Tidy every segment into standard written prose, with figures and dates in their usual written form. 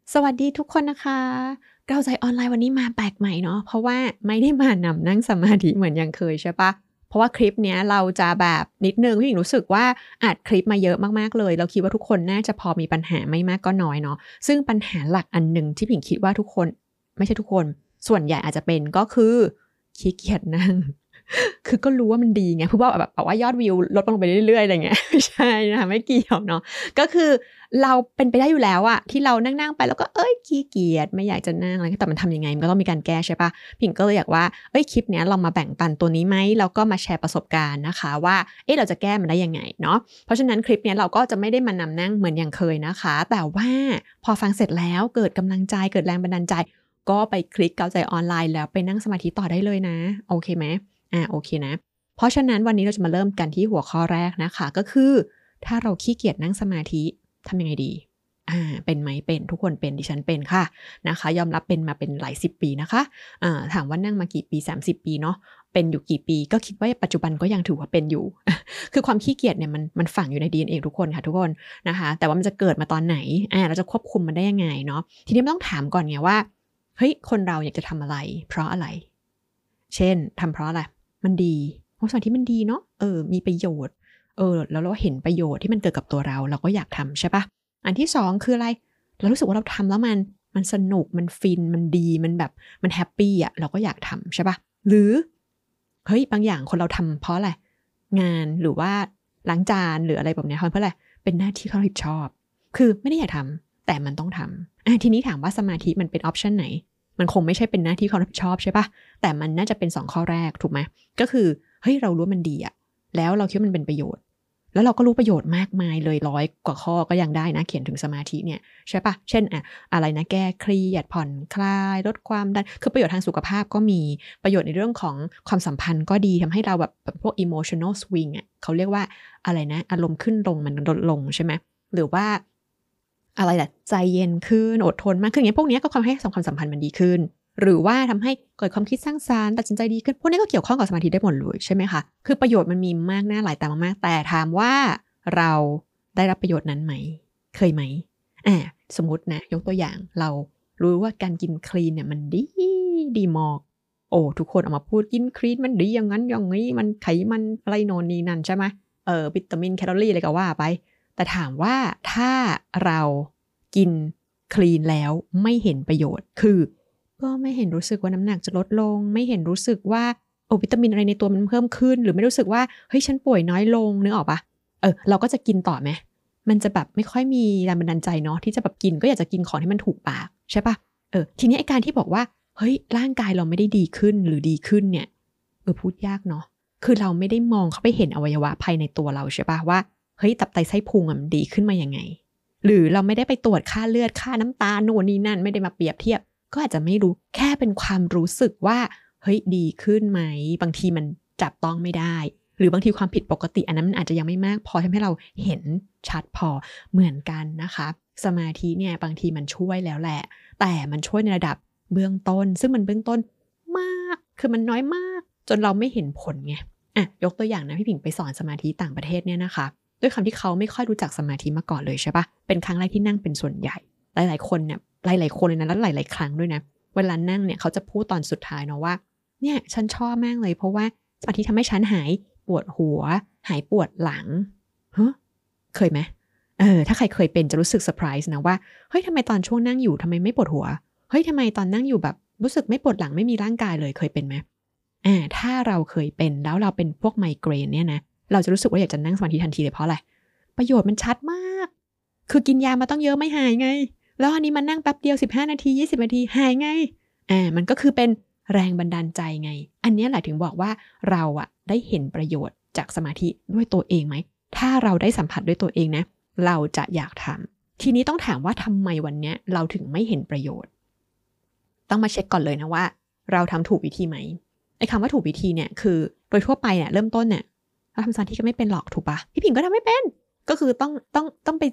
สวัสดีทุกคนนะคะเราใจออนไลน์วันนี้มาแปลกใหม่เนาะเพราะว่าไม่ได้มานำนั่งสมาธิเหมือนอย่างเคยใช่ปะเพราะว่าคลิปเนี้ยเราจะแบบนิดนึงพี่หญิงรู้สึกว่าอัดคลิปมาเยอะมากๆเลยเราคิดว่าทุกคนน่าจะพอมีปัญหาไม่มากก็น้อยเนาะซึ่งปัญหาหลักอันหนึ่งที่พี่หญิงคิดว่าทุกคนไม่ใช่ทุกคนส่วนใหญ่อาจจะเป็นก็คือขี้เกียจนั่ง คือก็รู้ว่ามันดีไงเพราะว่าแบบว่ายอดวิวลดลงไปเรื่อยๆอะไรเงี้ยไม่ใช่นะคะไม่เกี่ยวเนาะก็คือเราเป็นไปได้อยู่แล้วอะที่เรานั่งๆไปแล้วก็ขี้เกียจไม่อยากจะนั่งอะไรแต่มันทำยังไงมันก็ต้องมีการแก้ใช่ปะผิงก็เลยอยากว่าคลิปเนี้ยเรามาแบ่งปันตัวนี้ไหมแล้วก็มาแชร์ประสบการณ์นะคะว่าเราจะแก้มันได้ยังไงเนาะเพราะฉะนั้นคลิปเนี้ยเราก็จะไม่ได้มานำนั่งเหมือนอย่างเคยนะคะแต่ว่าพอฟังเสร็จแล้วเกิดกำลังใจเกิดแรงบันดาลใจก็ไปคลิกเกาใจออนไลน์แล้วไปนั่งสมาธิต่อได้เลยนะโอเคไหมโอเคนะเพราะฉะนั้นวันนี้เราจะมาเริ่มกันที่หัวข้อแรกนะคะก็คือถ้าเราขี้เกียจนั่งสมาธิทำยังไงดีเป็นไหมเป็นทุกคนเป็นดิฉันเป็นค่ะนะคะยอมรับเป็นมาเป็นหลายสิบปีนะคะถามว่านั่งมากี่ปี30ปีเนาะเป็นอยู่กี่ปีก็คิดว่าปัจจุบันก็ยังถือว่าเป็นอยู่ คือความขี้เกียจเนี่ยมันฝังอยู่ใน DNA ทุกคนค่ะทุกคนนะคะแต่ว่ามันจะเกิดมาตอนไหนเราจะควบคุมมันได้ยังไงเนาะทีนี้ต้องถามก่อนไงว่าเฮ้ยคนเราอยากจะทำอะไรเพราะอะไรเช่นทำเพราะอะไรมันดีเพราะสมาธิมันดีเนาะมีประโยชน์แล้วเราเห็นประโยชน์ที่มันเกิดกับตัวเราก็อยากทำใช่ปะอันที่2คืออะไรเรารู้สึกว่าเราทำแล้วมันสนุกมันฟินมันดีมันแบบมันแฮปปี้อ่ะเราก็อยากทำใช่ปะหรือเฮ้ยบางอย่างคนเราทำเพราะอะไรงานหรือว่าล้างจานหรืออะไรแบบนี้ทำเพราะอะไรเป็นหน้าที่เขารับผิดชอบคือไม่ได้อยากทำแต่มันต้องทำทีนี้ถามว่าสมาธิมันเป็นออปชันไหนมันคงไม่ใช่เป็นหน้าที่เขารับผิดชอบใช่ปะแต่มันน่าจะเป็น2ข้อแรกถูกไหมก็คือเฮ้ยเรารู้มันดีอะแล้วเราคิดว่ามันเป็นประโยชน์แล้วเราก็รู้ประโยชน์มากมายเลย100กว่าข้อก็ยังได้นะเขียนถึงสมาธิเนี่ยใช่ปะเช่นอะไรนะแก้เครียดผ่อนคลายลดความดันคือประโยชน์ทางสุขภาพก็มีประโยชน์ในเรื่องของความสัมพันธ์ก็ดีทำให้เราแบบพวก emotional swing เขาเรียกว่าอะไรนะอารมณ์ขึ้นลงมันลดลงใช่ไหมหรือว่าอะไรล่ะใจเย็นขึ้นอดทนมากขึ้นอย่างนี้พวกนี้ก็ทำให้ความสัมพันธ์มันดีขึ้นหรือว่าทำให้เกิดความคิดสร้างสรรค์ตัดสินใจดีขึ้นพวกนี้ก็เกี่ยวข้องกับสมาธิได้หมดเลยใช่ไหมคะคือประโยชน์มันมีมากหน้าหลายตามากแต่ถามว่าเราได้รับประโยชน์นั้นไหมเคยไหมสมมตินะยกตัวอย่างเรารู้ว่าการกินคลีนเนี่ยมันดีมากทุกคนออกมาพูดกินคลีนมันดีอย่างนั้นอย่างนี้มันไขมันอะไรโน่นนี่นั่นใช่ไหมวิตามินแคลอรี่อะไรก็ว่าไปแต่ถามว่าถ้าเรากินคลีนแล้วไม่เห็นประโยชน์คือก็ไม่เห็นรู้สึกว่าน้ำหนักจะลดลงไม่เห็นรู้สึกว่าวิตามินอะไรในตัวมันเพิ่มขึ้นหรือไม่รู้สึกว่าเฮ้ยฉันป่วยน้อยลงนึกออกปะเราก็จะกินต่อไหมมันจะแบบไม่ค่อยมีแรงบันดาลใจเนาะที่จะแบบกินก็อยากจะกินของที่มันถูกปากใช่ปะทีนี้ไอ้การที่บอกว่าเฮ้ยร่างกายเราไม่ได้ดีขึ้นหรือดีขึ้นเนี่ยพูดยากเนาะคือเราไม่ได้มองเข้าไปเห็นอวัยวะภายในตัวเราใช่ปะว่าเฮ้ยตับไตไส้พุงมันดีขึ้นมายังไงหรือเราไม่ได้ไปตรวจค่าเลือดค่าน้ำตาลโน่นนี่นั่นไม่ได้มาเปรียบเทียบก็อาจจะไม่รู้แค่เป็นความรู้สึกว่าเฮ้ยดีขึ้นไหมบางทีมันจับต้องไม่ได้หรือบางทีความผิดปกติอันนั้นมันอาจจะยังไม่มากพอทำให้เราเห็นชัดพอเหมือนกันนะคะสมาธิเนี่ยบางทีมันช่วยแล้วแหละแต่มันช่วยในระดับเบื้องต้นซึ่งมันเบื้องต้นมากคือมันน้อยมากจนเราไม่เห็นผลไงยกตัวอย่างนะพี่ผิงไปสอนสมาธิต่างประเทศเนี่ยนะคะด้วยคำที่เขาไม่ค่อยรู้จักสมาธิมาก่อนเลยใช่ปะเป็นครั้งแรกที่นั่งเป็นส่วนใหญ่หลายๆคนเนี่ยหลายๆคนเลยนะแล้วหลายๆครั้งด้วยนะเวลานั่งเนี่ยเขาจะพูดตอนสุดท้ายเนาะว่าเนี่ยฉันชอบมากเลยเพราะว่าสมาธิทำให้ฉันหายปวดหัวหายปวดหลังเคยไหมถ้าใครเคยเป็นจะรู้สึกเซอร์ไพรส์นะว่าเฮ้ยทำไมตอนช่วงนั่งอยู่ทำไมไม่ปวดหัวเฮ้ยทำไมตอนนั่งอยู่แบบรู้สึกไม่ปวดหลังไม่มีร่างกายเลยเคยเป็นไหมถ้าเราเคยเป็นแล้วเราเป็นพวกไมเกรนเนี่ยนะเราจะรู้สึกว่าอยากจะนั่งสมาธิทันทีเลยเพราะอะไรประโยชน์มันชัดมากคือกินยามาต้องเยอะไม่หายไงแล้วอันนี้มานั่งแป๊บเดียว15นาที20นาทีหายไงมันก็คือเป็นแรงบันดาลใจไงอันนี้แหละถึงบอกว่าเราได้เห็นประโยชน์จากสมาธิด้วยตัวเองไหมถ้าเราได้สัมผัสด้วยตัวเองนะเราจะอยากทำทีนี้ต้องถามว่าทำไมวันนี้เราถึงไม่เห็นประโยชน์ต้องมาเช็คก่อนเลยนะว่าเราทำถูกวิธีไหมไอ้คำว่าถูกวิธีเนี่ยคือโดยทั่วไปเนี่ยเริ่มต้นเนี่ยเราทำสมาธิก็ไม่เป็นหรอกถูกปะพี่ผิงก็ทำไม่เป็นก็คือต้องไป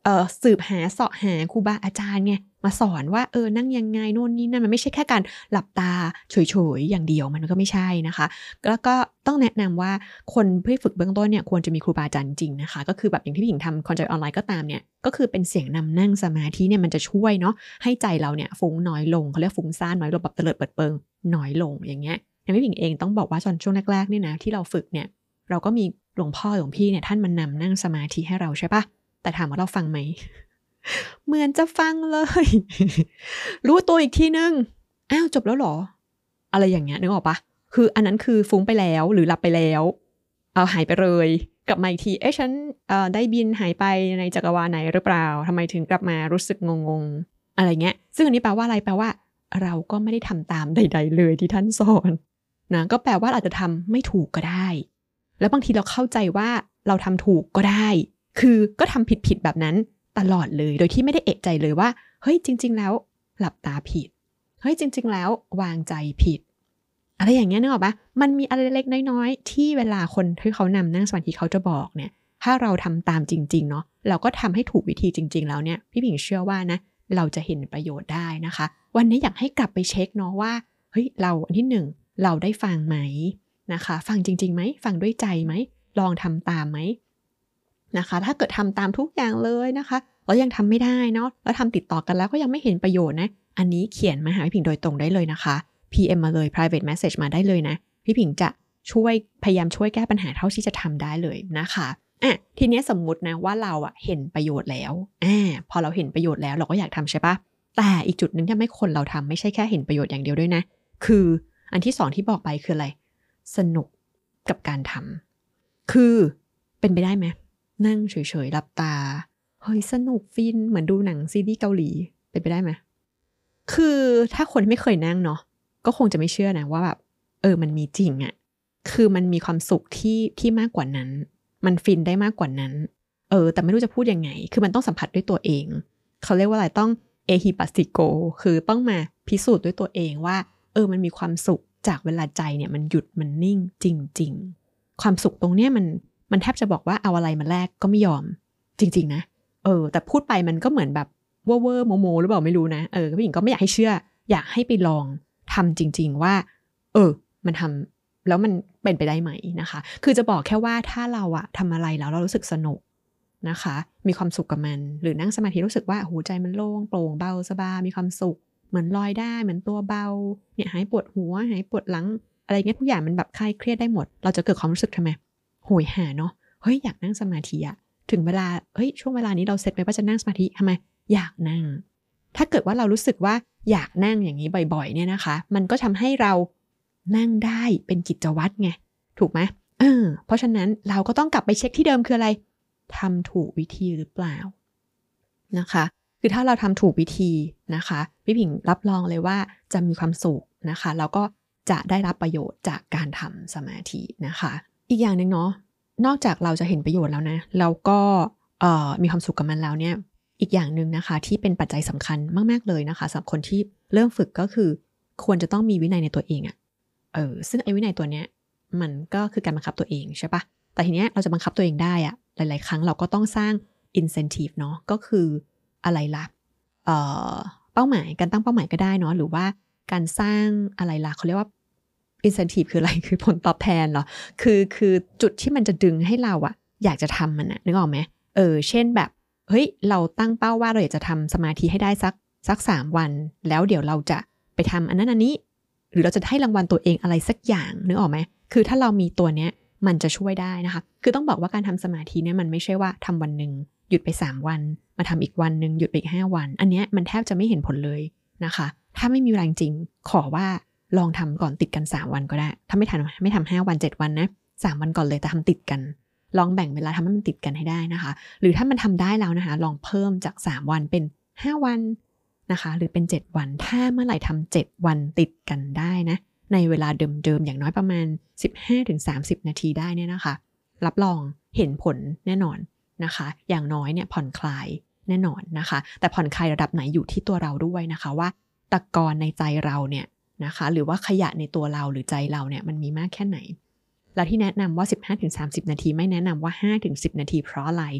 สืบหาเสาะหาครูบาอาจารย์ไงมาสอนว่านั่งยังไงโน่นนี่นั่นมันไม่ใช่แค่การหลับตาเฉยๆอย่างเดียวมันก็ไม่ใช่นะคะแล้วก็ต้องแนะนำว่าคนเพื่อฝึกเบื้องต้นเนี่ยควรจะมีครูบาอาจารย์จริงนะคะก็คือแบบอย่างที่พี่หญิงทำคอนเทนต์ออนไลน์ก็ตามเนี่ยก็คือเป็นเสียงนำนั่งสมาธิเนี่ยมันจะช่วยเนาะให้ใจเราเนี่ยฟุ้งน้อยลงเขาเรียกฟุ้งซ่านน้อยลงแบบเตลิดเปิดเปิงน้อยลงอย่างเงี้ยอย่างพี่หญิงเองต้องบอกว่าตอนช่วงแรกๆเนี่ยนะที่เราฝึกเนี่ยเราก็มีหลวงพ่อหลวงพี่เนี่ยท่านมานำนั่งสมาธิให้เราใช่ปะแต่ถามว่าเราฟังไหม เหมือนจะฟังเลย รู้ตัวอีกทีนึงอ้าวจบแล้วเหรออะไรอย่างเงี้ยนึกออกปะคืออันนั้นคือฟุ้งไปแล้วหรือหลับไปแล้วหายไปเลยกลับมาอีกทีฉันได้บินหายไปในจักรวาลไหนหรือเปล่าทำไมถึงกลับมารู้สึกงงๆอะไรเงี้ยซึ่งอันนี้แปลว่าอะไรแปลว่าเราก็ไม่ได้ทำตามใดๆเลยที่ท่านสอนนะก็แปลว่าอาจจะทำไม่ถูกก็ได้แล้วบางทีเราเข้าใจว่าเราทำถูกก็ได้คือก็ทำผิดแบบนั้นตลอดเลยโดยที่ไม่ได้เอะใจเลยว่าเฮ้ยจริงๆแล้วหลับตาผิดเฮ้ยจริงๆแล้ววางใจผิดอะไรอย่างเงี้ยนึกออกปะมันมีอะไรเล็กๆน้อยๆที่เวลาคนที่เขานำนั่งสมาธิเขาจะบอกเนี่ยถ้าเราทำตามจริงๆเนาะเราก็ทำให้ถูกวิธีจริงๆแล้วเนี่ยพี่ผิงเชื่อว่านะเราจะเห็นประโยชน์ได้นะคะวันนี้อยากให้กลับไปเช็คเนาะว่าเฮ้ยเราอันที่หนึ่งเราได้ฟังไหมนะคะฟังจริงๆไหมฟังด้วยใจไหมลองทำตามไหมนะคะถ้าเกิดทำตามทุกอย่างเลยนะคะแล้วยังทำไม่ได้เนาะแล้วทำติดต่อกันแล้วก็ยังไม่เห็นประโยชน์นะอันนี้เขียนมาหาพี่ผิงโดยตรงได้เลยนะคะ PM มาเลย private message มาได้เลยนะพี่ผิงจะพยายามช่วยแก้ปัญหาเท่าที่จะทำได้เลยนะคะทีนี้สมมุตินะว่าเราเห็นประโยชน์แล้วพอเราเห็นประโยชน์แล้วเราก็อยากทำใช่ปะแต่อีกจุดหนึ่งที่ทำให้คนเราทำไม่ใช่แค่เห็นประโยชน์อย่างเดียวด้วยนะคืออันที่สองที่บอกไปคืออะไรสนุกกับการทำคือเป็นไปได้ไหมนั่งเฉยๆหลับตาเฮ้ยสนุกฟินเหมือนดูหนังซีรีส์เกาหลีเป็นไปได้ไหมคือถ้าคนไม่เคยนั่งเนาะก็คงจะไม่เชื่อนะว่าแบบมันมีจริงคือมันมีความสุขที่มากกว่านั้นมันฟินได้มากกว่านั้นแต่ไม่รู้จะพูดยังไงคือมันต้องสัมผัสด้วยตัวเองเขาเรียกว่าอะไรต้องเอฮิปัสติโกคือต้องมาพิสูจน์ด้วยตัวเองว่ามันมีความสุขจากเวลาใจเนี่ยมันหยุดมันนิ่งจริงๆความสุขตรงเนี้ยมันแทบจะบอกว่าเอาอะไรมาแลกก็ไม่ยอมจริงๆนะแต่พูดไปมันก็เหมือนแบบเว่อร์โมหรือเปล่าไม่รู้นะพี่หญิงก็ไม่อยากให้เชื่ออยากให้ไปลองทำจริงๆว่ามันทำแล้วมันเป็นไปได้ไหมนะคะคือจะบอกแค่ว่าถ้าเราทำอะไรแล้วเรารู้สึกสนุกนะคะมีความสุขกับมันหรือนั่งสมาธิรู้สึกว่าหัวใจมันโล่งโปร่งเบาสบายมีความสุขเหมือนลอยได้เหมือนตัวเบาเนี่ยหายปวดหัวหายปวดหลังอะไรเงี้ยทุกอย่างมันแบบคลายเครียดได้หมดเราจะเกิดความรู้สึกทำไมโหยหาเนาะเฮ้ยอยากนั่งสมาธิถึงเวลาช่วงเวลานี้เราเซตไว้ว่าจะนั่งสมาธิทำไมอยากนั่งถ้าเกิดว่าเรารู้สึกว่าอยากนั่งอย่างนี้บ่อยๆเนี่ยนะคะมันก็ทำให้เรานั่งได้เป็นกิจวัตรไงถูกไหมเพราะฉะนั้นเราก็ต้องกลับไปเช็คที่เดิมคืออะไรทำถูกวิธีหรือเปล่านะคะคือถ้าเราทำถูกวิธีนะคะพี่ผิงรับรองเลยว่าจะมีความสุขนะคะแล้วก็จะได้รับประโยชน์จากการทำสมาธินะคะอีกอย่างหนึ่งเนาะนอกจากเราจะเห็นประโยชน์แล้วนะแล้วก็มีความสุขกับมันแล้วเนี่ยอีกอย่างหนึ่งนะคะที่เป็นปัจจัยสำคัญมากๆเลยนะคะสำหรับคนที่เริ่มฝึกก็คือควรจะต้องมีวินัยในตัวเองซึ่งไอ้วินัยตัวเนี้ยมันก็คือการบังคับตัวเองใช่ปะแต่ทีเนี้ยเราจะบังคับตัวเองได้หลายๆครั้งเราก็ต้องสร้าง incentive เนาะก็คืออะไรล่ะเป้าหมายการตั้งเป้าหมายก็ได้เนาะหรือว่าการสร้างอะไรล่ะเขาเรียกว่า incentive คืออะไรคือผลตอบแทนเหรอคือจุดที่มันจะดึงให้เราอยากจะทำมันนึกออกไหมเช่นแบบเฮ้ยเราตั้งเป้าว่าเราอยากจะทำสมาธิให้ได้สัก3 วันแล้วเดี๋ยวเราจะไปทำอันนั้นอันนี้หรือเราจะให้รางวัลตัวเองอะไรสักอย่างนึกออกไหมคือถ้าเรามีตัวเนี้ยมันจะช่วยได้นะคะคือต้องบอกว่าการทำสมาธิเนี่ยมันไม่ใช่ว่าทำวันหนึ่งหยุดไป3 วันมาทำอีกวันหนึ่งหยุดไปอีก5 วันอันเนี้ยมันแทบจะไม่เห็นผลเลยนะคะถ้าไม่มีแรงจริงขอว่าลองทำก่อนติดกัน3 วันก็ได้ถ้าไม่ทำ5 วัน7 วันนะ3 วันก่อนเลยแต่ทำติดกันลองแบ่งเวลาทำให้มันติดกันให้ได้นะคะหรือถ้ามันทำได้แล้วนะคะลองเพิ่มจาก3 วันเป็น5 วันนะคะหรือเป็น7 วันถ้าเมื่อไหร่ทำ7 วันติดกันได้นะในเวลาเดิมๆอย่างน้อยประมาณ 15-30 นาทีได้เนี่ยนะคะรับรองเห็นผลแน่นอนนะคะอย่างน้อยเนี่ยผ่อนคลายแน่นอนนะคะแต่ผ่อนคลายระดับไหนอยู่ที่ตัวเราด้วยนะคะว่าตะกอนในใจเราเนี่ยนะคะหรือว่าขยะในตัวเราหรือใจเราเนี่ยมันมีมากแค่ไหนแล้วที่แนะนำว่า 15-30 นาทีไม่แนะนำว่า 5-10 นาทีเพราะอะไร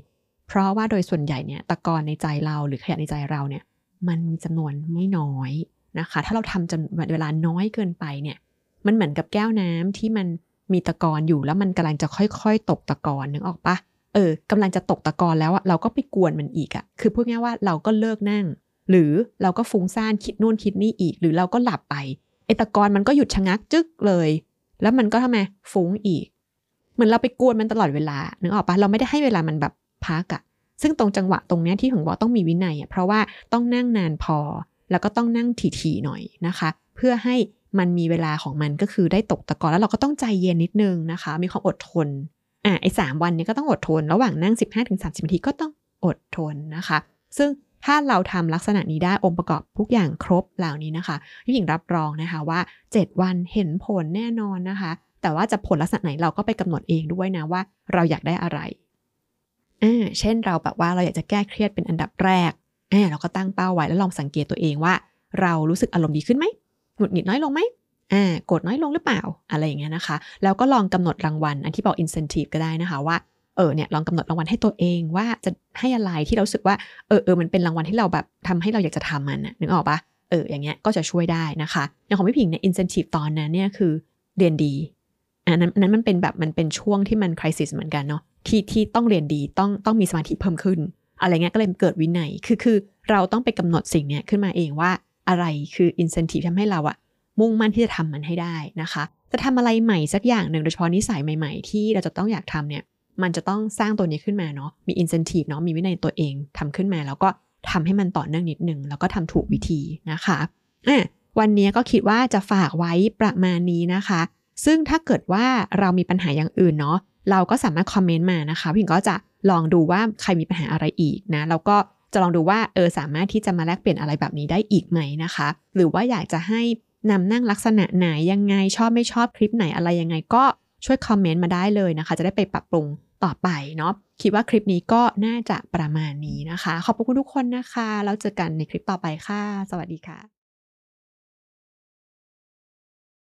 เพราะว่าโดยส่วนใหญ่เนี่ยตะกอนในใจเราหรือขยะในใจเราเนี่ยมันมีจำนวนไม่น้อยนะคะถ้าเราทำจำเวลาน้อยเกินไปเนี่ยมันเหมือนกับแก้วน้ำที่มันมีตะกอนอยู่แล้วมันกำลังจะค่อยๆตกตะกอนนึกออกปะกำลังจะตกตะกอนแล้วอะเราก็ไปกวนมันอีกอะคือพูดง่ายว่าเราก็เลิกนั่งหรือเราก็ฟุ้งซ่านคิดนู่นคิดนี่อีกหรือเราก็หลับไปไอ้ตะกอนมันก็หยุดชะงักจึ๊กเลยแล้วมันก็ทำไมฟุ้งอีกเหมือนเราไปกวนมันตลอดเวลานึกออกปะเราไม่ได้ให้เวลามันแบบพักอะซึ่งตรงจังหวะตรงเนี้ยที่ถึงบอกต้องมีวินัยอะเพราะว่าต้องนั่งนานพอแล้วก็ต้องนั่งถี่ๆหน่อยนะคะเพื่อให้มันมีเวลาของมันก็คือได้ตกตะกอนแล้วเราก็ต้องใจเย็นนิดนึงนะคะมีความอดทนไอ้3วันนี้ก็ต้องอดทนระหว่างนั่ง 15-30 นาทีก็ต้องอดทนนะคะซึ่งถ้าเราทำลักษณะนี้ได้องค์ประกอบทุกอย่างครบเหล่านี้นะคะพี่หญิงรับรองนะคะว่า7วันเห็นผลแน่นอนนะคะแต่ว่าจะผลลักษณะไหนเราก็ไปกำหนดเองด้วยนะว่าเราอยากได้อะไรเช่นเราแบบว่าเราอยากจะแก้เครียดเป็นอันดับแรกเราก็ตั้งเป้าไว้แล้วลองสังเกตตัวเองว่าเรารู้สึกอารมณ์ดีขึ้นไหมหงุดหงิดน้อยลงไหมโกรธน้อยลงหรือเปล่าอะไรอย่างเงี้ยนะคะแล้วก็ลองกำหนดรางวัลอันที่บอก incentive ก็ได้นะคะว่าเนี่ยลองกำหนดรางวัลให้ตัวเองว่าจะให้อะไรที่เรารู้สึกว่ามันเป็นรางวัลที่เราแบบทำให้เราอยากจะทำมันนึกออกปะอย่างเงี้ยก็จะช่วยได้นะคะอย่างของพี่ผิงเนี่ย incentive ตอนนั้นเนี่ยคือเรียนดีนั้นมันเป็นแบบมันเป็นช่วงที่มัน crisis เหมือนกันเนาะที่ต้องเรียนดีต้องมีสมาธิเพิ่มขึ้นอะไรเงี้ยก็เลยเกิดวินัยคือเราต้องไปกำหนดสิ่งเนี้ยขึ้นมาเองว่าอะไรคือ incentive ทำให้เราอะมุ่งมั่นที่จะทำมันให้ได้นะคะจะทำอะไรใหม่สักอย่างหนึ่งโดยเฉพาะนิสัยใหม่ๆที่เราจะต้องอยากทำเนี่ยมันจะต้องสร้างตัวนี้ขึ้นมาเนาะมี incentive เนาะมีวินัยตัวเองทำขึ้นมาแล้วก็ทำให้มันต่อเนื่องนิดนึงแล้วก็ทำถูกวิธีนะคะวันนี้ก็คิดว่าจะฝากไว้ประมาณนี้นะคะซึ่งถ้าเกิดว่าเรามีปัญหาอย่างอื่นเนาะเราก็สามารถคอมเมนต์มานะคะพี่หญิงก็จะลองดูว่าใครมีปัญหาอะไรอีกนะแล้วก็จะลองดูว่าสามารถที่จะมาแลกเปลี่ยนอะไรแบบนี้ได้อีกไหมนะคะหรือว่าอยากจะให้นำนั่งลักษณะไหนยังไงชอบไม่ชอบคลิปไหนอะไรยังไงก็ช่วยคอมเมนต์มาได้เลยนะคะจะได้ไปปรับปรุงต่อไปเนาะคิดว่าคลิปนี้ก็น่าจะประมาณนี้นะคะขอบคุณทุกคนนะคะแล้วเจอกันในคลิปต่อไปค่ะสวัสดีค่ะ